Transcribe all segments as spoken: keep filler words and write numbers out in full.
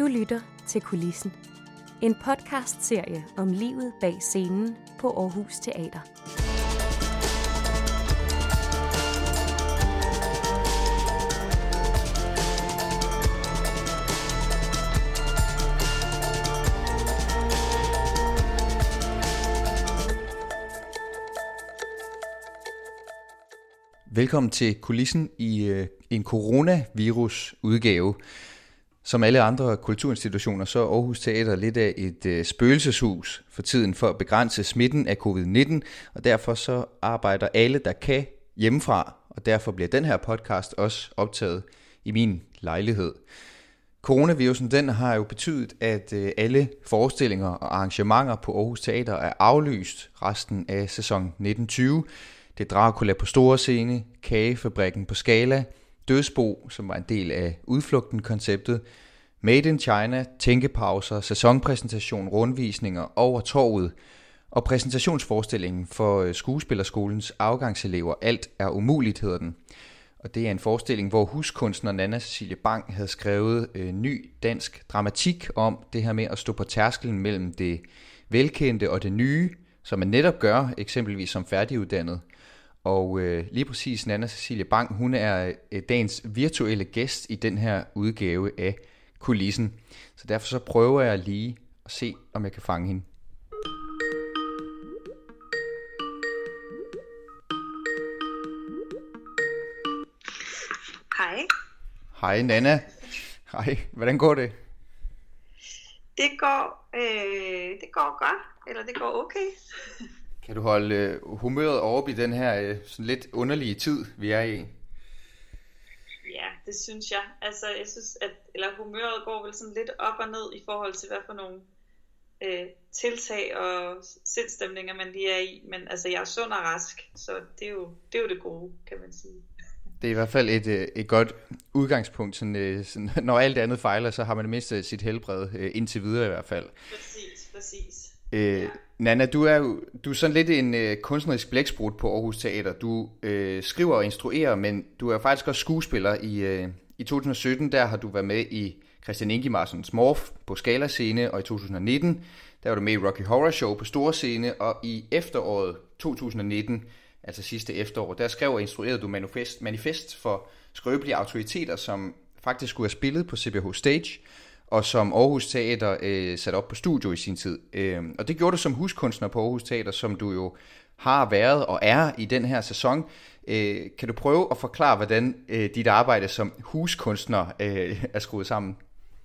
Du lytter til Kulissen. En podcastserie om livet bag scenen på Aarhus Teater. Velkommen til Kulissen i øh, en coronavirus-udgave. Som alle andre kulturinstitutioner, så er Aarhus Teater lidt af et øh, spøgelseshus for tiden for at begrænse smitten af covid nitten, og derfor så arbejder alle, der kan, hjemmefra, og derfor bliver den her podcast også optaget i min lejlighed. Coronavirusen, den har jo betydet, at øh, alle forestillinger og arrangementer på Aarhus Teater er aflyst resten af sæson nitten tyve. Det er Dracula på store scene, Kagefabrikken på Scala, Dødsbo, som var en del af udflugten-konceptet, Made in China, tænkepauser, sæsonpræsentation, rundvisninger over torvet og præsentationsforestillingen for skuespillerskolens afgangselever. Alt er umuligt, hedder den. Og det er en forestilling, hvor huskunstner Nanna Cecilie Bang havde skrevet øh, ny dansk dramatik om det her med at stå på tærskelen mellem det velkendte og det nye, som man netop gør, eksempelvis som færdiguddannet. Og øh, lige præcis Nanna Cecilie Bang, hun er øh, dagens virtuelle gæst i den her udgave af Kulissen. Så derfor så prøver jeg lige at se, om jeg kan fange hende. Hej. Hej Nanna. Hej, hvordan går det? Det går, øh, det går godt, eller det går okay. Kan du holde øh, humøret oppe i den her øh, sådan lidt underlige tid, vi er i? Ja, det synes jeg. Altså, jeg synes, at eller humøret går vel sådan lidt op og ned i forhold til, hvad for nogle øh, tiltag og sindstemninger man lige er i. Men altså, jeg er sund og rask, så det er jo det, er jo det gode, kan man sige. Det er i hvert fald et, et godt udgangspunkt. Sådan, sådan, når alt andet fejler, så har man det mindste sit helbred, indtil videre i hvert fald. Præcis, præcis. Øh, ja. Nanna, du er jo du er sådan lidt en øh, kunstnerisk blæksprut på Aarhus Teater. Du øh, skriver og instruerer, men du er faktisk også skuespiller. I, øh, i to tusind og sytten, der har du været med i Christian Ingimarsens Morph på Scala scene, og i to tusind og nitten, der var du med i Rocky Horror Show på store scene, og i efteråret to tusind og nitten, altså sidste efterår, der skrev og instruerede du manifest, manifest for skrøbelige autoriteter, som faktisk skulle have spillet på C B H Stage, og som Aarhus Teater øh, satte op på studio i sin tid. Øh, og det gjorde du som huskunstner på Aarhus Teater, som du jo har været og er i den her sæson. Øh, kan du prøve at forklare, hvordan øh, dit arbejde som huskunstner øh, er skruet sammen?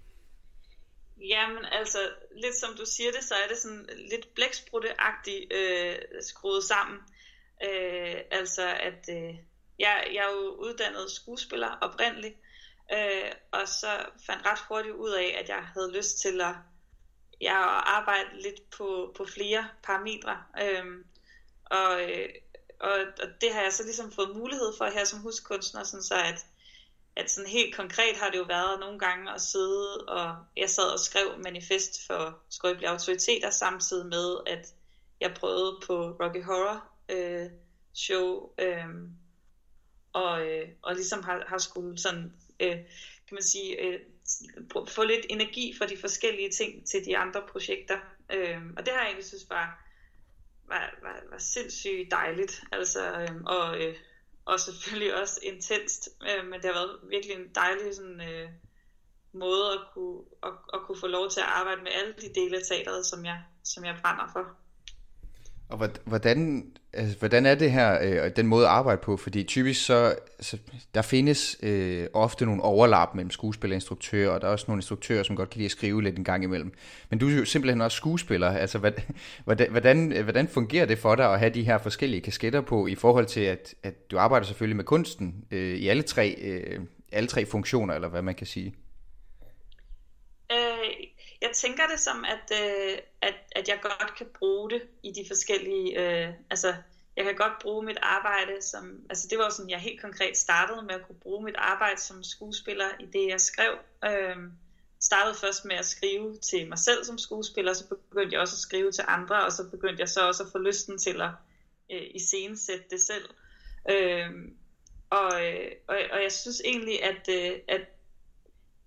Jamen altså, lidt som du siger det, så er det sådan lidt blæksprutte-agtigt øh, skruet sammen. Øh, altså at øh, jeg, jeg er jo uddannet skuespiller oprindeligt, øh, og så fandt ret hurtigt ud af, at jeg havde lyst til at, jeg at arbejde lidt på, på flere parametre, øh, og, øh, og, og det har jeg så ligesom fået mulighed for her som huskunstner, sådan så at, at sådan helt konkret har det jo været nogle gange at sidde, og jeg sad og skrev manifest for skrøbelige autoriteter, samtidig med at jeg prøvede på Rocky Horror Øh, show øh, og, øh, og ligesom har, har skulle sådan øh, kan man sige øh, få lidt energi for de forskellige ting til de andre projekter, øh, og det har jeg egentlig synes var var, var, var sindssygt dejligt, altså øh, og, øh, og selvfølgelig også intenst, øh, men det har været virkelig en dejlig sådan øh, måde at kunne at, at kunne få lov til at arbejde med alle de dele af teateret, som jeg som jeg brænder for. Og hvordan, altså, hvordan er det her, øh, den måde at arbejde på? Fordi typisk så, altså, der findes øh, ofte nogle overlap mellem skuespiller og instruktører, og der er også nogle instruktører, som godt kan lide at skrive lidt en gang imellem. Men du er jo simpelthen også skuespiller. Altså, hvordan, hvordan, hvordan fungerer det for dig at have de her forskellige kasketter på, i forhold til, at, at du arbejder selvfølgelig med kunsten øh, i alle tre, øh, alle tre funktioner, eller hvad man kan sige? Øh... Jeg tænker det som, at, øh, at, at jeg godt kan bruge det i de forskellige, øh, altså jeg kan godt bruge mit arbejde som, altså det var sådan, jeg helt konkret startede med at kunne bruge mit arbejde som skuespiller i det, jeg skrev. Øh, startede først med at skrive til mig selv som skuespiller, så begyndte jeg også at skrive til andre, og så begyndte jeg så også at få lysten til at øh, iscenesætte det selv. Øh, og, øh, og, og jeg synes egentlig, at, øh, at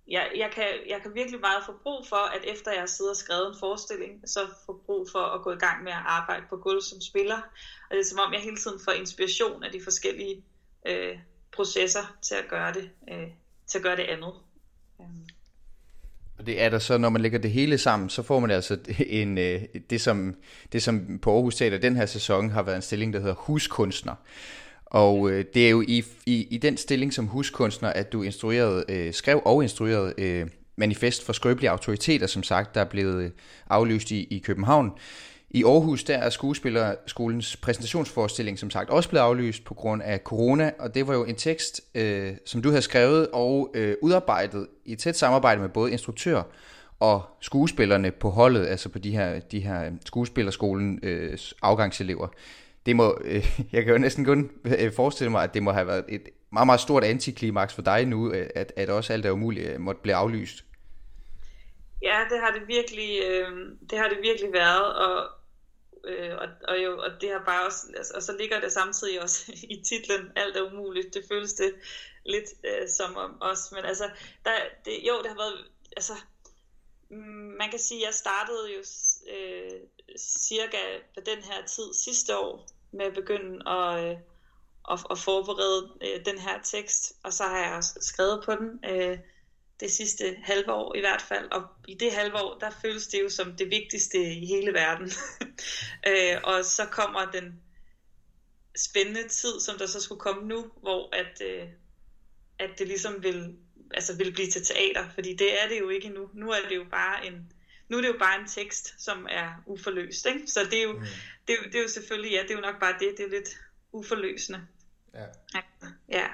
jeg, jeg, kan, jeg kan virkelig meget få brug for, at efter jeg sidder og skrevet en forestilling, så får brug for at gå i gang med at arbejde på gulv som spiller. Og det er som om, jeg hele tiden får inspiration af de forskellige øh, processer til at gøre det, øh, til at gøre det andet. Um. Og det er der så, når man lægger det hele sammen, så får man altså en, øh, det, som, det, som på Aarhus Teater den her sæson har været en stilling, der hedder huskunstner. Og øh, det er jo i, i, i den stilling som huskunstner, at du instruerede, øh, skrev og instruerede øh, Manifest for skrøbelige autoriteter, som sagt, der er blevet aflyst i, i København. I Aarhus, der er skuespillerskolens præsentationsforestilling, som sagt, også blevet aflyst på grund af corona, og det var jo en tekst, øh, som du havde skrevet og øh, udarbejdet i tæt samarbejde med både instruktør og skuespillerne på holdet, altså på de her, de her skuespillerskolens øh, afgangselever. Det må, øh, jeg kan jo næsten kun forestille mig, at det må have været et meget, meget stort antiklimaks for dig nu, at, at også alt er umuligt måtte blive aflyst. Ja, det har det virkelig, øh, det har det virkelig været, og, øh, og, og, jo, og det har bare også, altså, og så ligger det samtidig også i titlen, alt er umuligt. Det føles det lidt øh, som om os, men altså, der, det, jo, det har været, altså, man kan sige, at jeg startede jo øh, cirka på den her tid sidste år med at begynde at, øh, at, at forberede øh, den her tekst, og så har jeg også skrevet på den øh, det sidste halve år i hvert fald, og i det halve år, der føles det jo som det vigtigste i hele verden. øh, og så kommer den spændende tid, som der så skulle komme nu, hvor at, øh, at det ligesom vil, altså vil blive til teater, fordi det er det jo ikke endnu. Nu er det jo bare en, nu er det jo bare en tekst, som er uforløst, ikke? Så det er jo, mm. det, er, det er jo selvfølgelig, ja, det er jo nok bare det, det er jo lidt uforløsende. Ja. Ja.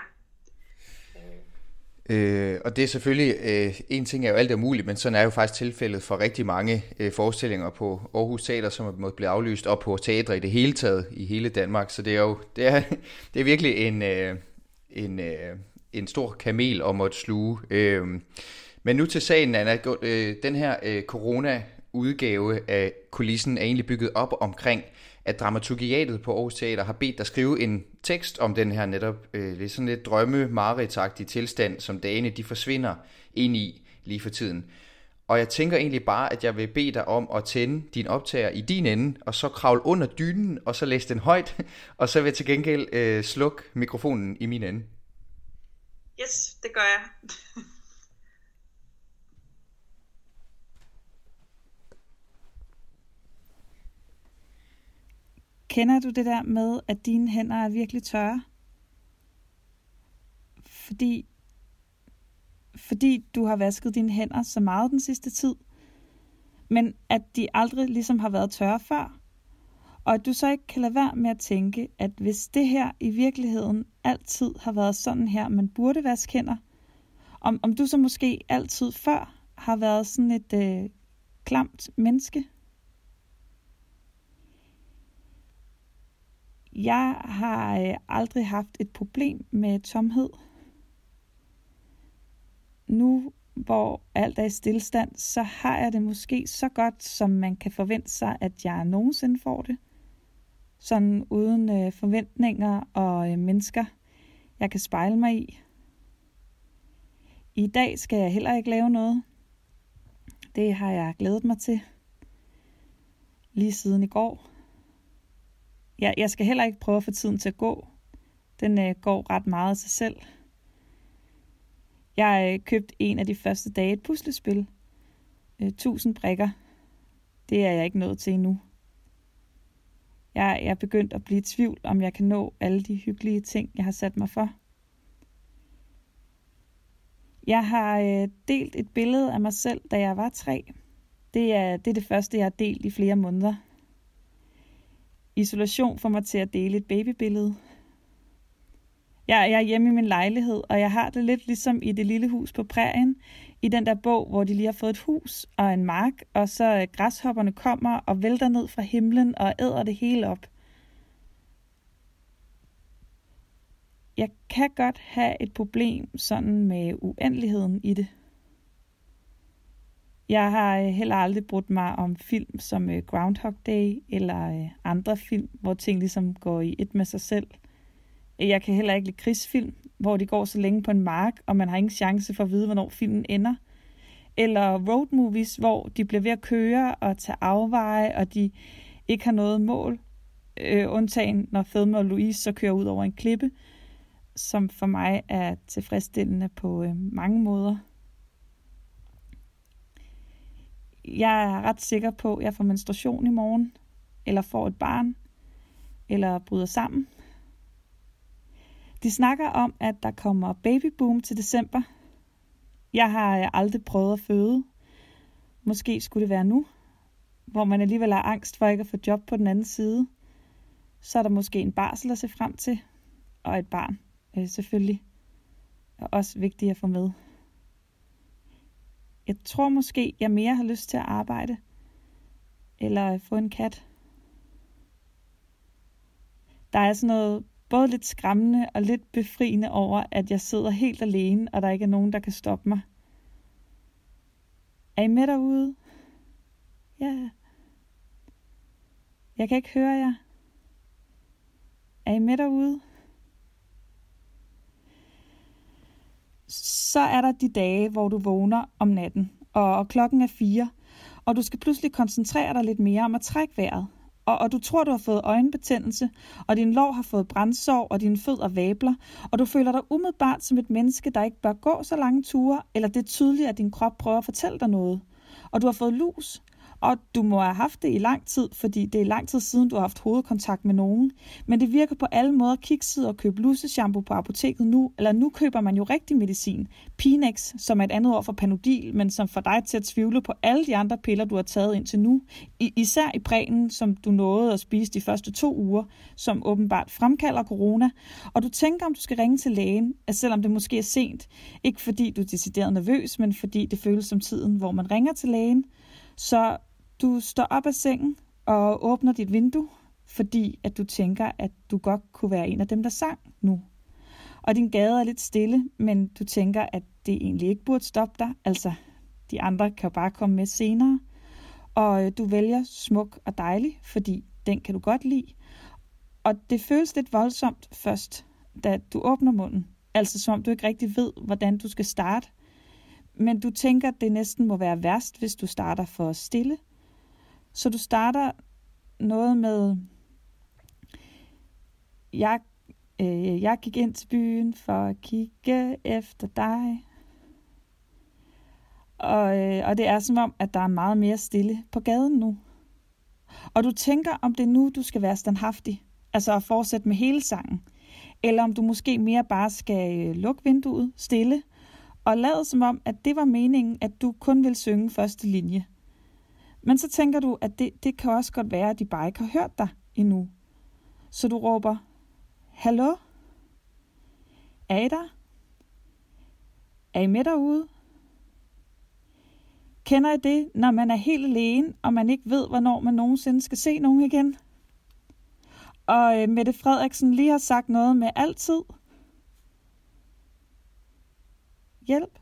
Øh, og det er selvfølgelig, øh, en ting er jo alt er muligt, men sådan er jo faktisk tilfældet for rigtig mange øh, forestillinger på Aarhus Teater, som er måtte blive aflyst, og på teatre i det hele taget i hele Danmark. Så det er jo det er, det er virkelig en, øh, en, øh, en stor kamel at måtte sluge. Øh, men nu til sagen, Anna. Øh, den her øh, corona-udgave af kulissen er egentlig bygget op omkring, at dramaturgiatet på Aarhus Teater har bedt dig skrive en tekst om den her netop øh, lidt sådan lidt drømme-mareridtsagtige tilstand, som dagene de forsvinder ind i lige for tiden. Og jeg tænker egentlig bare, at jeg vil bede dig om at tænde din optager i din ende, og så kravle under dynen, og så læse den højt, og så vil jeg til gengæld øh, slukke mikrofonen i min ende. Yes, det gør jeg. Kender du det der med, at dine hænder er virkelig tørre? Fordi, fordi du har vasket dine hænder så meget den sidste tid, men at de aldrig ligesom har været tørre før. Og at du så ikke kan lade være med at tænke, at hvis det her i virkeligheden altid har været sådan her, man burde vaske hænder, om, om du så måske altid før har været sådan et øh, klamt menneske. Jeg har øh, aldrig haft et problem med tomhed. Nu, hvor alt er i stillestand, så har jeg det måske så godt, som man kan forvente sig, at jeg nogensinde får det. Sådan uden øh, forventninger og øh, mennesker, jeg kan spejle mig i. I dag skal jeg heller ikke lave noget. Det har jeg glædet mig til. Lige siden i går. Jeg, jeg skal heller ikke prøve at få tiden til at gå. Den øh, går ret meget af sig selv. Jeg øh, købte en af de første dage et puslespil. Øh, tusind brikker. Det er jeg ikke nået til endnu. Jeg, jeg er begyndt at blive i tvivl, om jeg kan nå alle de hyggelige ting, jeg har sat mig for. Jeg har øh, delt et billede af mig selv, da jeg var tre. Det er, det er det første, jeg har delt i flere måneder. Isolation får mig til at dele et babybillede. Jeg, jeg er hjemme i min lejlighed, og jeg har det lidt ligesom i Det lille hus på prærien, i den der bog, hvor de lige har fået et hus og en mark, og så græshopperne kommer og vælter ned fra himlen og æder det hele op. Jeg kan godt have et problem sådan med uendeligheden i det. Jeg har heller aldrig brudt mig om film som Groundhog Day eller andre film, hvor ting ligesom går i et med sig selv. Jeg kan heller ikke lide krigsfilm, hvor de går så længe på en mark, og man har ingen chance for at vide, hvornår filmen ender. Eller road movies, hvor de bliver ved at køre og tage afveje, og de ikke har noget mål. Øh, undtagen når Thelma og Louise så kører ud over en klippe, som for mig er tilfredsstillende på øh, mange måder. Jeg er ret sikker på, at jeg får menstruation i morgen, eller får et barn, eller bryder sammen. De snakker om, at der kommer babyboom til december. Jeg har aldrig prøvet at føde. Måske skulle det være nu, hvor man alligevel har angst for ikke at få job på den anden side. Så er der måske en barsel at se frem til, og et barn, øh, selvfølgelig. Og også vigtigt at få med. Jeg tror måske, jeg mere har lyst til at arbejde, eller få en kat. Der er sådan noget både lidt skræmmende og lidt befriende over, at jeg sidder helt alene, og der ikke er nogen, der kan stoppe mig. Er I med derude? Ja. Yeah. Jeg kan ikke høre jer. Er I med derude? Så er der de dage, hvor du vågner om natten, og klokken er fire, og du skal pludselig koncentrere dig lidt mere om at trække vejret. Og, og du tror, du har fået øjenbetændelse, og din lår har fået brændsår, og dine fødder vabler, og du føler dig umiddelbart som et menneske, der ikke bør gå så lange ture, eller det er tydeligt, at din krop prøver at fortælle dig noget. Og du har fået lus, og du må have haft det i lang tid, fordi det er lang tid siden, du har haft hovedkontakt med nogen. Men det virker på alle måder kikset at købe luseshampoo på apoteket nu, eller nu køber man jo rigtig medicin. Pinex, som er et andet ord for Panodil, men som får dig til at tvivle på alle de andre piller, du har taget indtil nu. I, især i prænen, som du nåede at spise de første to uger, som åbenbart fremkalder corona. Og du tænker, om du skal ringe til lægen, selvom det måske er sent. Ikke fordi du er decideret nervøs, men fordi det føles som tiden, hvor man ringer til lægen. Så du står op af sengen og åbner dit vindue, fordi at du tænker, at du godt kunne være en af dem, der sang nu. Og din gade er lidt stille, men du tænker, at det egentlig ikke burde stoppe dig. Altså, de andre kan jo bare komme med senere. Og du vælger smuk og dejlig, fordi den kan du godt lide. Og det føles lidt voldsomt først, da du åbner munden. Altså som om du ikke rigtig ved, hvordan du skal starte. Men du tænker, at det næsten må være værst, hvis du starter for stille. Så du starter noget med, jeg, øh, jeg gik ind til byen for at kigge efter dig. Og, øh, og det er som om, at der er meget mere stille på gaden nu. Og du tænker, om det er nu, du skal være standhaftig. Altså at fortsætte med hele sangen. Eller om du måske mere bare skal lukke vinduet stille. Og lade som om, at det var meningen, at du kun vil synge første linje. Men så tænker du, at det, det kan også godt være, at de bare ikke har hørt dig endnu. Så du råber, hallo? Er I der? Er I med derude? Kender I det, når man er helt alene, og man ikke ved, hvornår man nogensinde skal se nogen igen? Og Mette Frederiksen lige har sagt noget med altid. Hjælp.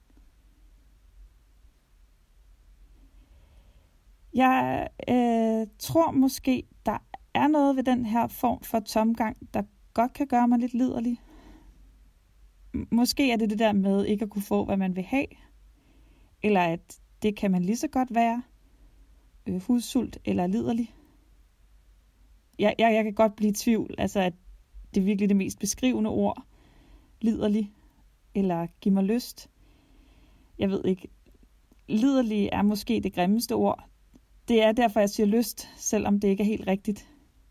Jeg øh, tror måske, der er noget ved den her form for tomgang, der godt kan gøre mig lidt liderlig. Måske er det det der med ikke at kunne få, hvad man vil have. Eller at det kan man lige så godt være. Øh, hudsult eller liderlig. Jeg, jeg, jeg kan godt blive i tvivl. Altså at det er virkelig det mest beskrivende ord. Liderlig. Eller giv mig lyst. Jeg ved ikke. Liderlig er måske det grimmeste ord. Det er derfor, jeg siger lyst, selvom det ikke er helt rigtigt.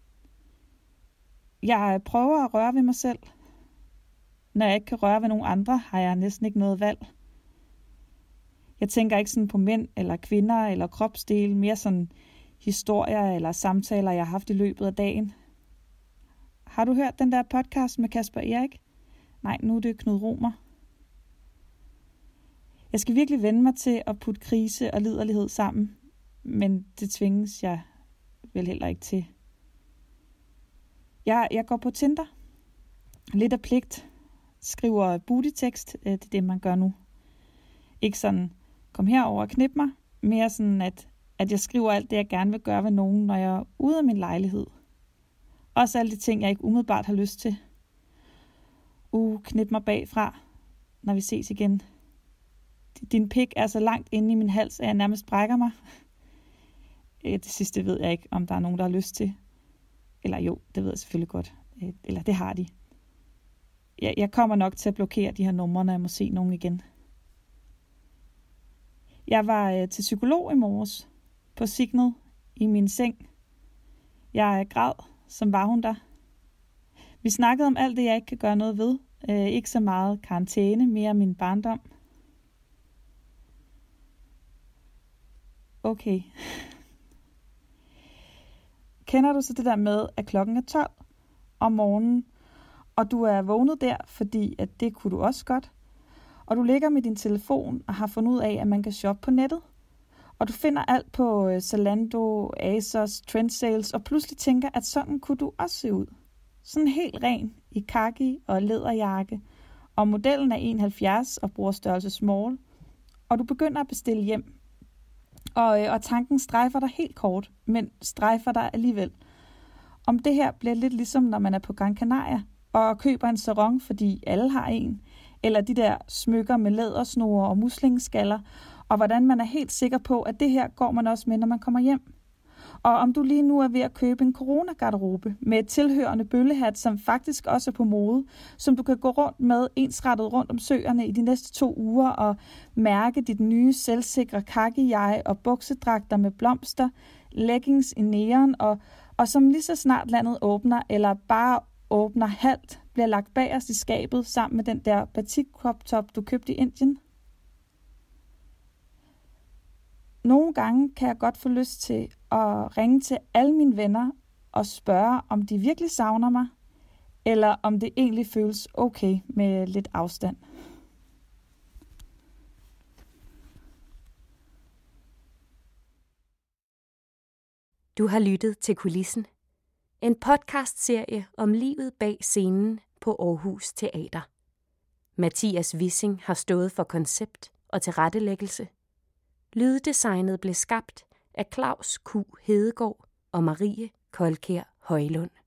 Jeg prøver at røre ved mig selv. Når jeg ikke kan røre ved nogen andre, har jeg næsten ikke noget valg. Jeg tænker ikke sådan på mænd eller kvinder eller kropsdele, mere sådan historier eller samtaler, jeg har haft i løbet af dagen. Har du hørt den der podcast med Kasper Erik? Nej, nu er det Knud Romer. Jeg skal virkelig vende mig til at putte krise og liderlighed sammen, men det tvinges jeg vel heller ikke til. Jeg, jeg går på Tinder. Lidt af pligt. Skriver booty-tekst. Det er det, man gør nu. Ikke sådan, kom herover og knip mig. Mere sådan, at, at jeg skriver alt det, jeg gerne vil gøre ved nogen, når jeg er ude af min lejlighed. Også alle de ting, jeg ikke umiddelbart har lyst til. Uh, knip mig bagfra, når vi ses igen. Din pik er så langt inde i min hals, at jeg nærmest brækker mig. Det sidste ved jeg ikke, om der er nogen, der har lyst til. Eller jo, det ved jeg selvfølgelig godt. Eller det har de. Jeg, jeg kommer nok til at blokere de her numre, når jeg må se nogen igen. Jeg var øh, til psykolog i morges. På Signet i min seng. Jeg græd, som var hun der. Vi snakkede om alt det, jeg ikke kan gøre noget ved. Øh, ikke så meget karantæne, mere min barndom. Okay. Kender du så det der med, at klokken er tolv om morgenen, og du er vågnet der, fordi at det kunne du også godt, og du ligger med din telefon og har fundet ud af, at man kan shoppe på nettet, og du finder alt på Zalando, ASOS, Trendsales, og pludselig tænker, at sådan kunne du også se ud. Sådan helt ren i kaki og læderjakke, og modellen er en komma halvfjerds og bruger størrelse small, og du begynder at bestille hjem. Og, og tanken strejfer dig helt kort, men strejfer dig alligevel. Om det her bliver lidt ligesom, når man er på Gran Canaria og køber en sarong, fordi alle har en, eller de der smykker med lædersnore og muslingeskaller, og hvordan man er helt sikker på, at det her går man også med, når man kommer hjem. Og om du lige nu er ved at købe en coronagarderobe med et tilhørende bøllehat, som faktisk også er på mode, som du kan gå rundt med ensrettet rundt om søerne i de næste to uger og mærke dit nye selvsikre kakkejakke og buksedragter med blomster, leggings i neon, og, og som lige så snart landet åbner, eller bare åbner halvt, bliver lagt bagerst i skabet sammen med den der batik crop top, du købte i Indien. Nogle gange kan jeg godt få lyst til at ringe til alle mine venner og spørge, om de virkelig savner mig, eller om det egentlig føles okay med lidt afstand. Du har lyttet til Kulissen. En podcastserie om livet bag scenen på Aarhus Teater. Mathias Wissing har stået for koncept og tilrettelæggelse. Lyddesignet blev skabt af Claus Q. Hedegaard og Marie Kolkjær Højlund.